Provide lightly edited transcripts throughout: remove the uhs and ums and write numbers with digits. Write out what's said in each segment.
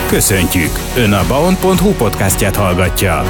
Köszöntjük! Ön a baon.hu podcastját hallgatja.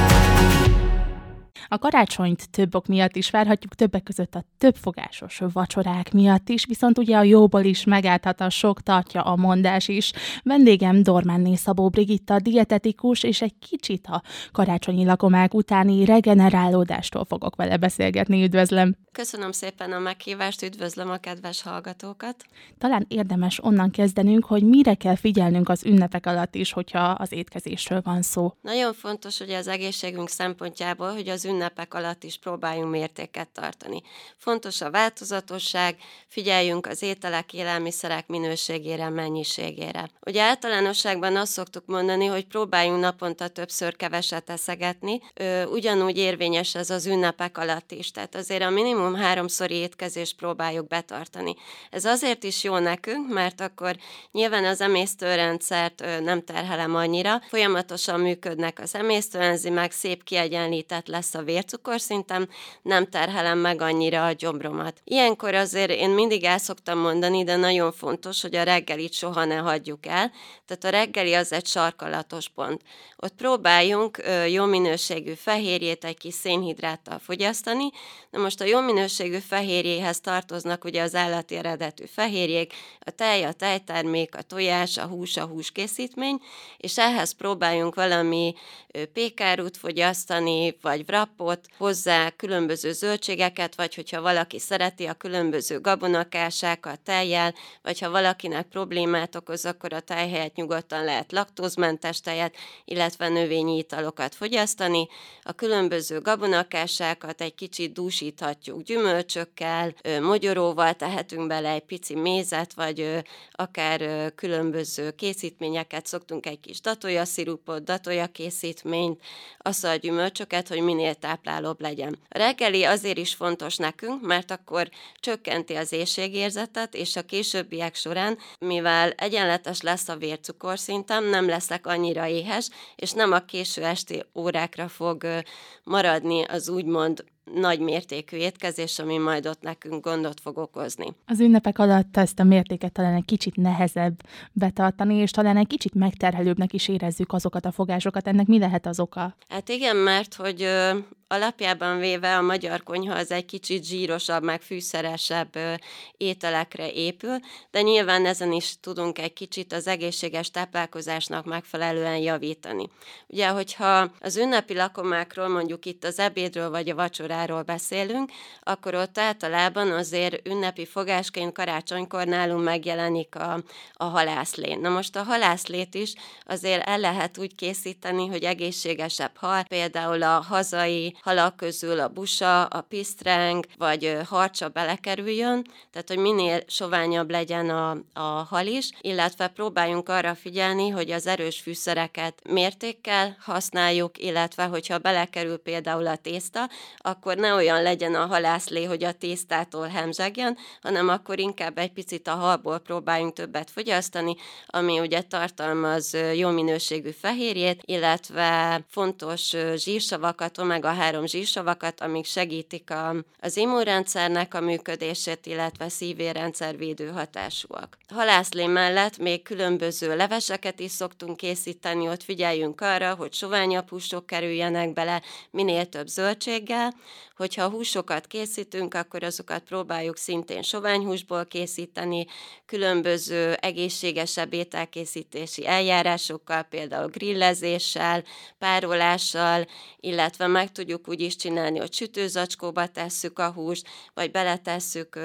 A karácsonyt több ok miatt is várhatjuk, többek között a többfogásos vacsorák miatt is, viszont ugye a jóból is megállhat a sok, tartja a mondás is. Vendégem Dormánné Szabó Brigitta, dietetikus, és egy kicsit a karácsonyi lakomák utáni regenerálódástól fogok vele beszélgetni. Üdvözlöm! Köszönöm szépen a meghívást, üdvözlöm a kedves hallgatókat! Talán érdemes onnan kezdenünk, hogy mire kell figyelnünk az ünnepek alatt is, hogyha az étkezésről van szó. Nagyon fontos, hogy az egészségünk szempontjából, hogy az ünnepek alatt is próbáljunk mértéket tartani. Fontos a változatosság, figyeljünk az ételek, élelmiszerek minőségére, mennyiségére. Ugye általánosságban azt szoktuk mondani, hogy próbáljunk naponta többször keveset eszegetni, ugyanúgy érvényes ez az ünnepek alatt is. Tehát azért a minimum 3-szori étkezést próbáljuk betartani. Ez azért is jó nekünk, mert akkor nyilván az emésztőrendszert nem terhelem annyira, folyamatosan működnek az emésztőenzimek, szép kiegyenlített lesz a vércukorszintem, nem terhelem meg annyira a gyomromat. Ilyenkor azért én mindig el szoktam mondani, de nagyon fontos, hogy a reggelit soha ne hagyjuk el, tehát a reggeli az egy sarkalatos pont. Ott próbáljunk jó minőségű fehérjét egy kis szénhidráttal fogyasztani. Na most a jó minőségű fehérjéhez tartoznak ugye az állati eredetű fehérjék, a tej, a tejtermék, a tojás, a húskészítmény, és ehhez próbáljunk valami pékárút fogyasztani, vagy wrappot, hozzá különböző zöldségeket, vagy hogyha valaki szereti a különböző gabonakásákat tejjel, vagy ha valakinek problémát okoz, akkor a tej helyett nyugodtan lehet laktózmentes tejet, illetve növényi italokat fogyasztani. A különböző gabonakásákat egy kicsit dúsíthatjuk gyümölcsökkel, mogyoróval, tehetünk bele egy pici mézet, vagy akár különböző készítményeket, szoktunk egy kis datolya-szirupot, datolya-készítményt, aszalgyümölcsöket, hogy minél táplálóbb legyen. A reggeli azért is fontos nekünk, mert akkor csökkenti az éhségérzetet, és a későbbiek során, mivel egyenletes lesz a vércukorszintem, nem leszek annyira éhes, és nem a késő esti órákra fog maradni az úgymond nagy mértékű étkezés, ami majd ott nekünk gondot fog okozni. Az ünnepek alatt ezt a mértéket talán egy kicsit nehezebb betartani, és talán egy kicsit megterhelőbbnek is érezzük azokat a fogásokat. Ennek mi lehet az oka? Hát igen, mert hogy alapjában véve a magyar konyha az egy kicsit zsírosabb, meg fűszeresebb ételekre épül, de nyilván ezen is tudunk egy kicsit az egészséges táplálkozásnak megfelelően javítani. Ugye, hogyha az ünnepi lakomákról, mondjuk itt az ebédről vagy a vacsoráról beszélünk, akkor ott általában azért ünnepi fogásként karácsonykor nálunk megjelenik a halászlén. Na most a halászlét is azért el lehet úgy készíteni, hogy egészségesebb hal, például a hazai halak közül a busa, a pisztreng vagy harcsa belekerüljön, tehát hogy minél soványabb legyen a hal is, illetve próbáljunk arra figyelni, hogy az erős fűszereket mértékkel használjuk, illetve hogyha belekerül például a tészta, akkor ne olyan legyen a halászlé, hogy a tésztától hemzsegjen, hanem akkor inkább egy picit a halból próbáljunk többet fogyasztani, ami ugye tartalmaz jó minőségű fehérjét, illetve fontos zsírsavakat, omega-3 zsírsavakat, amik segítik az immunrendszernek a működését, illetve szívérrendszer védő hatásúak. Halászlé mellett még különböző leveseket is szoktunk készíteni, ott figyeljünk arra, hogy soványabb húsok kerüljenek bele, minél több zöldséggel. Hogyha húsokat készítünk, akkor azokat próbáljuk szintén soványhúsból készíteni, különböző egészségesebb ételkészítési eljárásokkal, például grillezéssel, párolással, illetve meg tudjuk úgy is csinálni, hogy sütőzacskóba tesszük a húst, vagy beletesszük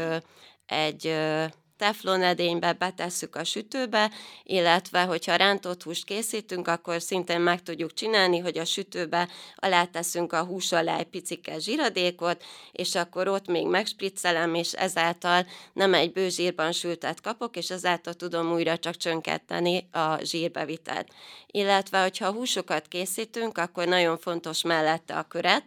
egy teflon edénybe, betesszük a sütőbe, illetve hogyha rántott húst készítünk, akkor szintén meg tudjuk csinálni, hogy a sütőbe aláteszünk a hús alá egy picike zsíradékot, és akkor ott még megspriccelem, és ezáltal nem egy bő zsírban sültet kapok, és ezáltal tudom újra csak csönkenteni a zsírbevitelt. Illetve, hogyha húsokat készítünk, akkor nagyon fontos mellette a köret,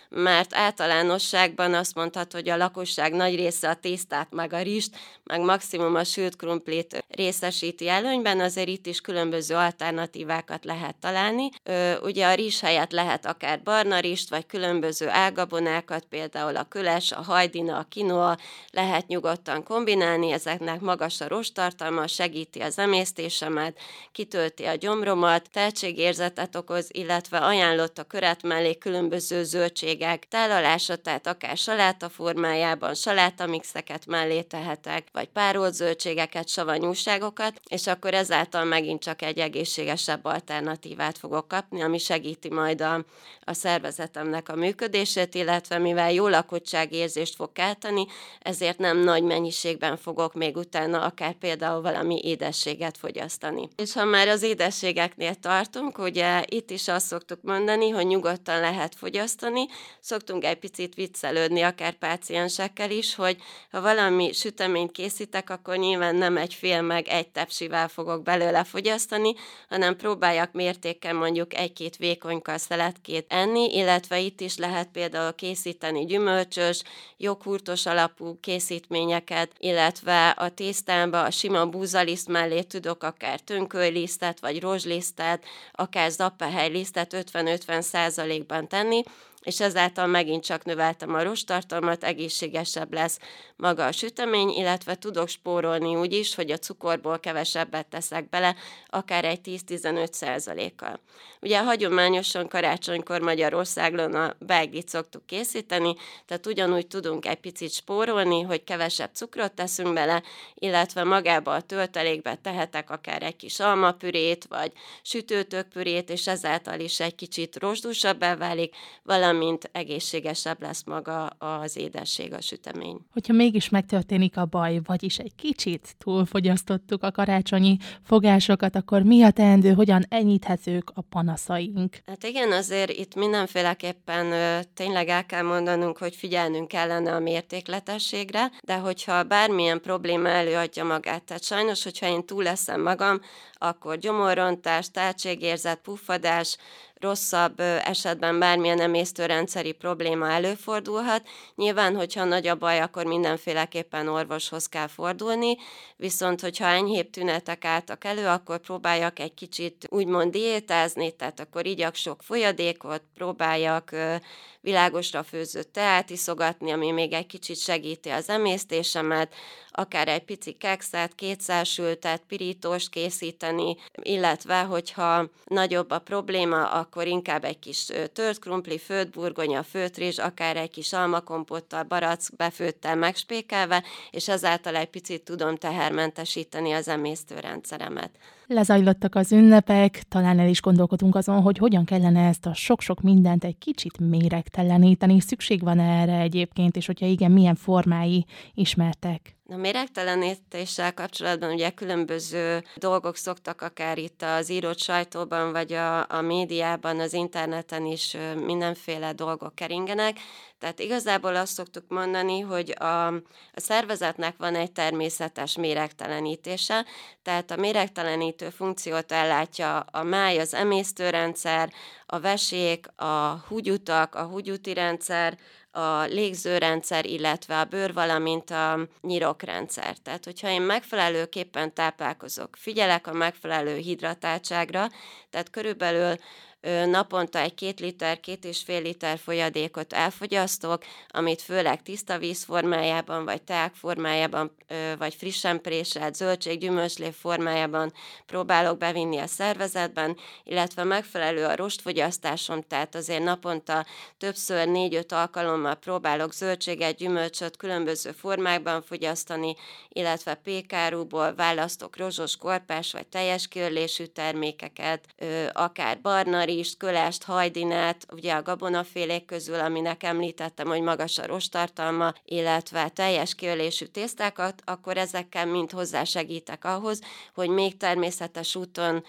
mert általánosságban azt mondható, hogy a lakosság nagy része a tésztát, meg a rizst, meg maximum a sült krumplit részesíti előnyben, azért itt is különböző alternatívákat lehet találni. Ugye a rizs helyett lehet akár barna rizst, vagy különböző álgabonákat, például a köles, a hajdina, a quinoa lehet nyugodtan kombinálni, ezeknek magas a rosttartalma, segíti az emésztésemet, kitölti a gyomromat, tehetségérzetet okoz, illetve ajánlott a köret mellé különböző zöldségek tálalása, tehát akár saláta formájában, salátamixeket mellé tehetek, vagy párolt zöldségeket, savanyúságokat, és akkor ezáltal megint csak egy egészségesebb alternatívát fogok kapni, ami segíti majd a szervezetemnek a működését, illetve mivel jó lakottságérzést fog kelteni, ezért nem nagy mennyiségben fogok még utána akár például valami édességet fogyasztani. És ha már az édességeknél tartunk, ugye itt is azt szoktuk mondani, hogy nyugodtan lehet fogyasztani, szoktunk egy picit viccelődni akár páciensekkel is, hogy ha valami süteményt készítek, akkor nyilván nem egy fél meg egy tepsivel fogok belőle fogyasztani, hanem próbáljak mértékkel mondjuk egy-két vékonyka szeletkét enni, illetve itt is lehet például készíteni gyümölcsös, joghurtos alapú készítményeket, illetve a tésztámba a sima búzaliszt mellé tudok akár tönkölylisztet, vagy rozslisztet, akár zappehelylisztet 50-50%-ban tenni, és ezáltal megint csak növeltem a rosttartalmat, egészségesebb lesz maga a sütemény, illetve tudok spórolni úgy is, hogy a cukorból kevesebbet teszek bele, akár egy 10-15%-kal. Ugye hagyományosan karácsonykor Magyarországon a beiglit szoktuk készíteni, tehát ugyanúgy tudunk egy picit spórolni, hogy kevesebb cukrot teszünk bele, illetve magába a töltelékbe tehetek akár egy kis almapürét, vagy sütőtökpürét, és ezáltal is egy kicsit rozsdúsabbá válik, valamint egészségesebb lesz maga az édesség, a sütemény. Hogyha mégis megtörténik a baj, vagyis egy kicsit túlfogyasztottuk a karácsonyi fogásokat, akkor mi a teendő, hogyan enyhíthetők a panaszaink? Hát igen, azért itt mindenféleképpen tényleg el kell mondanunk, hogy figyelnünk kellene a mértékletességre, de hogyha bármilyen probléma előadja magát, tehát sajnos, hogyha én túl leszem magam, akkor gyomorrontás, tehetségérzet, puffadás, rosszabb esetben bármilyen emésztőrendszeri probléma előfordulhat. Nyilván, hogyha nagy a baj, akkor mindenféleképpen orvoshoz kell fordulni, viszont hogyha enyhébb tünetek álltak elő, akkor próbáljak egy kicsit úgymond diétázni, tehát akkor igyak sok folyadékot, próbáljak világosra főzött teát iszogatni, ami még egy kicsit segíti az emésztésemet, akár egy pici kekszet, kétszersültet, pirítóst készíteni, illetve, hogyha nagyobb a probléma, akkor inkább egy kis tört krumpli, főtt burgonya, főtt rizs, akár egy kis almakompottal, barack befőttel megspékelve, és ezáltal egy picit tudom tehermentesíteni az emésztőrendszeremet. Lezajlottak az ünnepek, talán el is gondolkodunk azon, hogy hogyan kellene ezt a sok-sok mindent egy kicsit méregteleníteni. Szükség van erre egyébként, és hogyha igen, milyen formái ismertek? A méregtelenítéssel kapcsolatban ugye különböző dolgok szoktak akár itt az írott sajtóban, vagy a médiában, az interneten is mindenféle dolgok keringenek. Tehát igazából azt szoktuk mondani, hogy a szervezetnek van egy természetes méregtelenítése, tehát a méregtelenítő funkciót ellátja a máj, az emésztőrendszer, a vesék, a húgyutak, a húgyúti rendszer, a légzőrendszer, illetve a bőr, valamint a nyirokrendszer. Tehát, hogyha én megfelelőképpen táplálkozok, figyelek a megfelelő hidratáltságra, tehát körülbelül naponta egy 2 liter, 2,5 liter folyadékot elfogyasztok, amit főleg tiszta víz formájában, vagy teák formájában, vagy frissen préselt zöldség-gyümölcslév formájában próbálok bevinni a szervezetben, illetve megfelelő a rostfogyasztásom, tehát azért naponta többször 4-5 alkalommal próbálok zöldséget, gyümölcsöt különböző formákban fogyasztani, illetve pékárúból választok rozsos, korpás vagy teljes kiörlésű termékeket, akár barna rizst, kölest, hajdinát, ugye a gabonafélék közül, aminek említettem, hogy magas a rosttartalma, illetve teljes kiölésű tésztákat, akkor ezekkel mind hozzásegítek ahhoz, hogy még természetes úton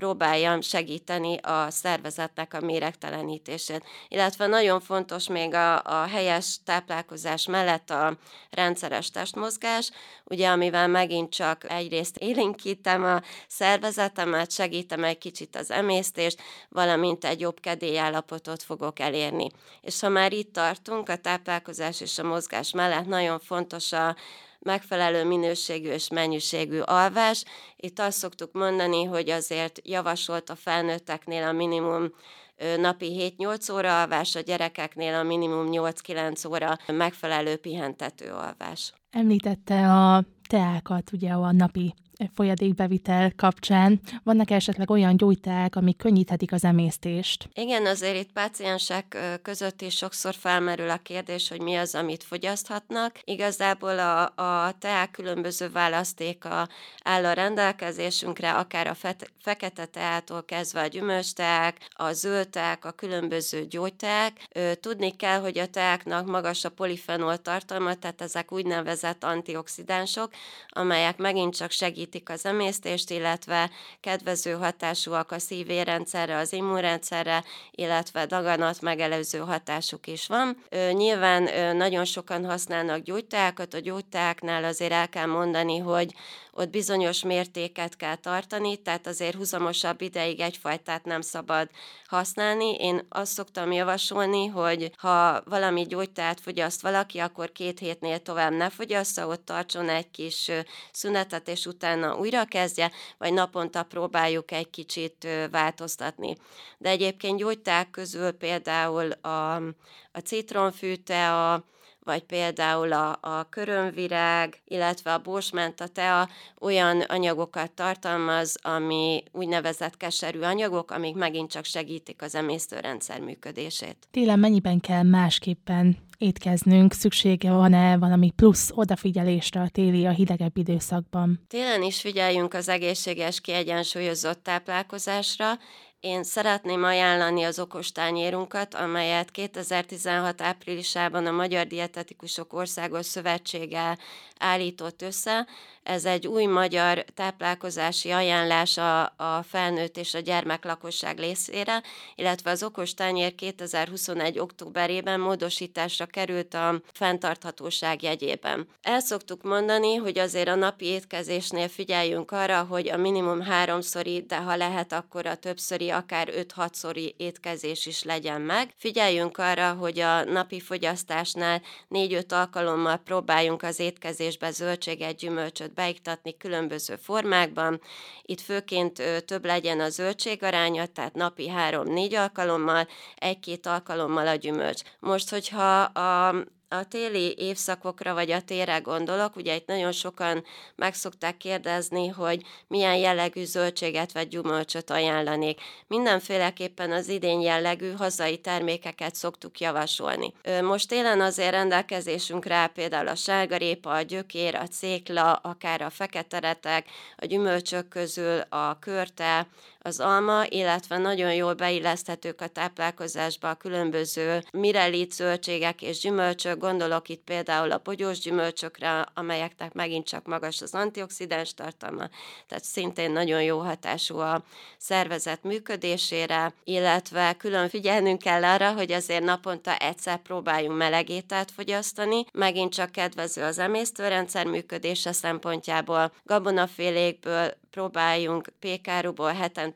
próbáljam segíteni a szervezetnek a méregtelenítését. Illetve nagyon fontos még a helyes táplálkozás mellett a rendszeres testmozgás, ugye amivel megint csak egyrészt élénkítem a szervezetemet, segítem egy kicsit az emésztést, valamint egy jobb kedélyállapotot fogok elérni. És ha már itt tartunk, a táplálkozás és a mozgás mellett nagyon fontos a megfelelő minőségű és mennyiségű alvás. Itt azt szoktuk mondani, hogy azért javasolt a felnőtteknél a minimum napi 7-8 óra alvás, a gyerekeknél a minimum 8-9 óra megfelelő pihentető alvás. Említette a teákat, ugye a napi folyadékbevitel kapcsán. Vannak esetleg olyan gyógyteák, amik könnyíthetik az emésztést? Igen, azért itt páciensek között is sokszor felmerül a kérdés, hogy mi az, amit fogyaszthatnak. Igazából a teák különböző választéka áll a rendelkezésünkre, akár a fekete teától kezdve a gyümölcsteák, a zöld teák, a különböző gyógyteák. Tudni kell, hogy a teáknak magas a polifenol tartalma, tehát ezek úgynevezett antioxidánsok, amelyek megint csak segítik az emésztést, illetve kedvező hatásúak a szív-vérrendszerre, az immunrendszerre, illetve daganat megelőző hatásuk is van. Nyilván nagyon sokan használnak gyógyteákat, a gyógyteáknál azért el kell mondani, hogy ott bizonyos mértéket kell tartani, tehát azért huzamosabb ideig egyfajtát nem szabad használni. Én azt szoktam javasolni, hogy ha valami gyógyteát fogyaszt valaki, akkor 2 hétnél tovább ne fogyassza, ott tartson egy kis szünetet, és utána újra kezdje, vagy naponta próbáljuk egy kicsit változtatni. De egyébként gyógyteák közül például a citronfűtea, vagy például a körömvirág, illetve a borsmenta tea olyan anyagokat tartalmaz, ami úgynevezett keserű anyagok, amik megint csak segítik az emésztőrendszer működését. Télen mennyiben kell másképpen étkeznünk? Szüksége van-e valami plusz odafigyelésre a téli, a hidegebb időszakban? Télen is figyeljünk az egészséges, kiegyensúlyozott táplálkozásra. Én szeretném ajánlani az okostányérunkat, amelyet 2016 áprilisában a Magyar Dietetikusok Országos Szövetsége állított össze. Ez egy új magyar táplálkozási ajánlás a felnőtt és a gyermek lakosság részére, illetve az okostányér 2021. októberében módosításra került a fenntarthatóság jegyében. El szoktuk mondani, hogy azért a napi étkezésnél figyeljünk arra, hogy a minimum 3-szori, de ha lehet, akkor a többszöri, akár 5-6-szori étkezés is legyen meg. Figyeljünk arra, hogy a napi fogyasztásnál 4-5 alkalommal próbáljunk az étkezésbe zöldséget, gyümölcsöt beiktatni különböző formákban. Itt főként több legyen a zöldségaránya, tehát napi 3-4 alkalommal, 1-2 alkalommal a gyümölcs. Most, hogyha a téli évszakokra vagy a térre gondolok, ugye itt nagyon sokan meg szokták kérdezni, hogy milyen jellegű zöldséget vagy gyümölcsöt ajánlanék. Mindenféleképpen az idén jellegű hazai termékeket szoktuk javasolni. Most télen azért rendelkezésünkre áll például a sárgarépa, a gyökér, a cékla, akár a fekete retek, a gyümölcsök közül a körte, az alma, illetve nagyon jól beilleszthetők a táplálkozásba a különböző mirelit zöldségek és gyümölcsök, gondolok itt például a bogyós gyümölcsökre, amelyeknek megint csak magas az antioxidáns tartalma, tehát szintén nagyon jó hatású a szervezet működésére, illetve külön figyelnünk kell arra, hogy azért naponta egyszer próbáljunk meleg ételt fogyasztani, megint csak kedvező az emésztőrendszer működése szempontjából, gabonafélékből próbáljunk pékáruból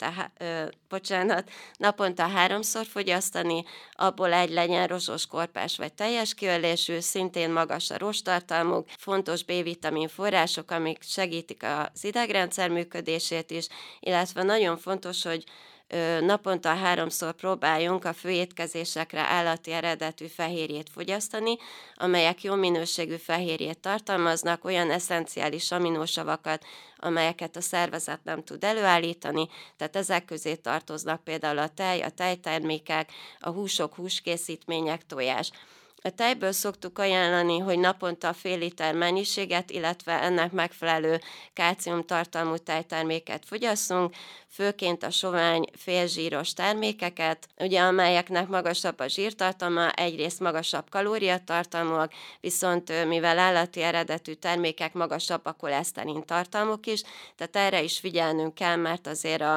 naponta 3-szor fogyasztani, abból egy legyen rozsos, korpás vagy teljes kiölésű, szintén magas a rosttartalmuk, fontos B-vitamin források, amik segítik az idegrendszer működését is, illetve nagyon fontos, hogy naponta 3-szor próbáljunk a főétkezésekre állati eredetű fehérjét fogyasztani, amelyek jó minőségű fehérjét tartalmaznak, olyan eszenciális aminósavakat, amelyeket a szervezet nem tud előállítani, tehát ezek közé tartoznak például a tej, a tejtermékek, a húsok, húskészítmények, tojás. A tejből szoktuk ajánlani, hogy naponta fél liter mennyiséget, illetve ennek megfelelő kálciumtartalmú tejterméket fogyasszunk, főként a sovány félzsíros termékeket, ugye amelyeknek magasabb a zsírtartalma, egyrészt magasabb kalóriatartalmúak, viszont mivel állati eredetű termékek, magasabb a koleszterin tartalmuk is, tehát erre is figyelnünk kell, mert azért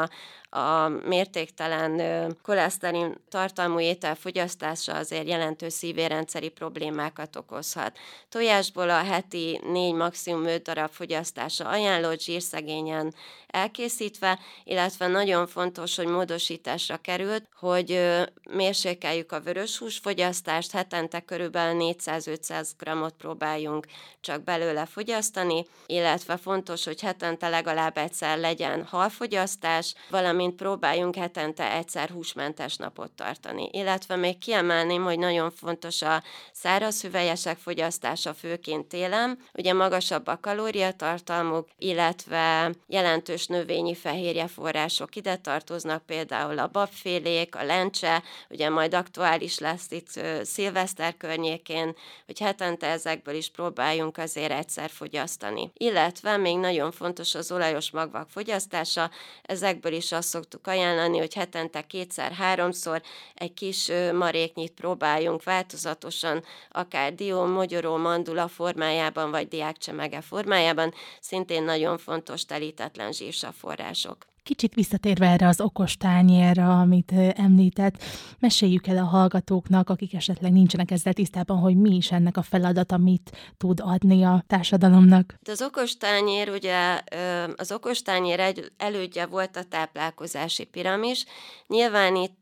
a mértéktelen koleszterin tartalmú étel fogyasztása azért jelentős szívérendszeri problémákat okozhat. Tojásból a heti 4, maximum 5 darab fogyasztása ajánlott, zsírszegényen elkészítve, illetve nagyon fontos, hogy módosításra került, hogy mérsékeljük a vöröshús fogyasztást, hetente körülbelül 400-500 grammot próbáljunk csak belőle fogyasztani, illetve fontos, hogy hetente legalább egyszer legyen halfogyasztás, valamint próbáljunk hetente egyszer húsmentes napot tartani. Illetve még kiemelném, hogy nagyon fontos a száraz hüvelyesek fogyasztása, főként télen, ugye magasabb a kalóriatartalmuk, illetve jelentős növényi fehérjeforrások ide tartoznak, például a babfélék, a lencse, ugye majd aktuális lesz itt szilveszter környékén, hogy hetente ezekből is próbáljunk azért egyszer fogyasztani. Illetve még nagyon fontos az olajos magvak fogyasztása, ezekből is azt szoktuk ajánlani, hogy hetente 2-3-szor egy kis maréknyit próbáljunk változatosan, akár dió, mogyoró, mandula formájában, vagy diákcsemege formájában, szintén nagyon fontos telítetlen zsírsav-források. Kicsit visszatérve erre az okostányérra, amit említett, meséljük el a hallgatóknak, akik esetleg nincsenek ezzel tisztában, hogy mi is ennek a feladata, mit tud adni a társadalomnak. Az okostányér, ugye az okostányér elődje volt a táplálkozási piramis. Nyilván itt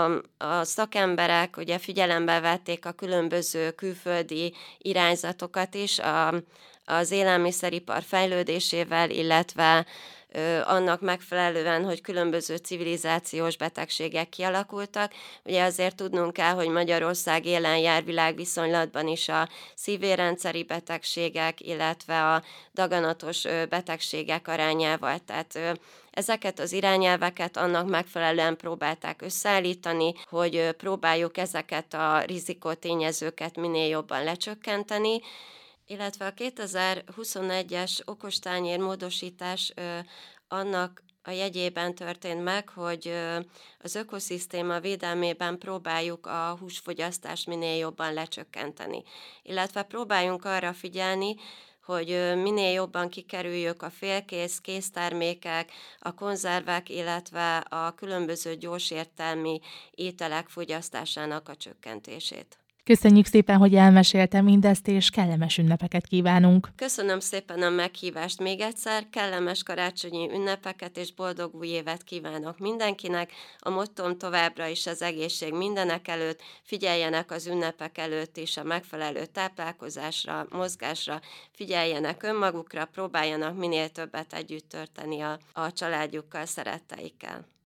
a szakemberek ugye figyelembe vették a különböző külföldi irányzatokat is, az élelmiszeripar fejlődésével, illetve annak megfelelően, hogy különböző civilizációs betegségek kialakultak. Ugye azért tudnunk kell, hogy Magyarország élen jár világviszonylatban is a szívérendszeri betegségek, illetve a daganatos betegségek arányával. Tehát ezeket az irányelveket annak megfelelően próbálták összeállítani, hogy próbáljuk ezeket a rizikótényezőket minél jobban lecsökkenteni, illetve a 2021-es okostányér módosítás annak a jegyében történt meg, hogy az ökoszisztéma védelmében próbáljuk a húsfogyasztást minél jobban lecsökkenteni. Illetve próbáljunk arra figyelni, hogy minél jobban kikerüljük a félkész, késztermékek, a konzervek, illetve a különböző gyorsértelmi ételek fogyasztásának a csökkentését. Köszönjük szépen, hogy elmeséltem mindezt, és kellemes ünnepeket kívánunk. Köszönöm szépen a meghívást még egyszer, kellemes karácsonyi ünnepeket és boldog új évet kívánok mindenkinek. A mottom továbbra is az egészség mindenek előtt, figyeljenek az ünnepek előtt is a megfelelő táplálkozásra, mozgásra, figyeljenek önmagukra, próbáljanak minél többet együtt tölteni a családjukkal, szeretteikkel.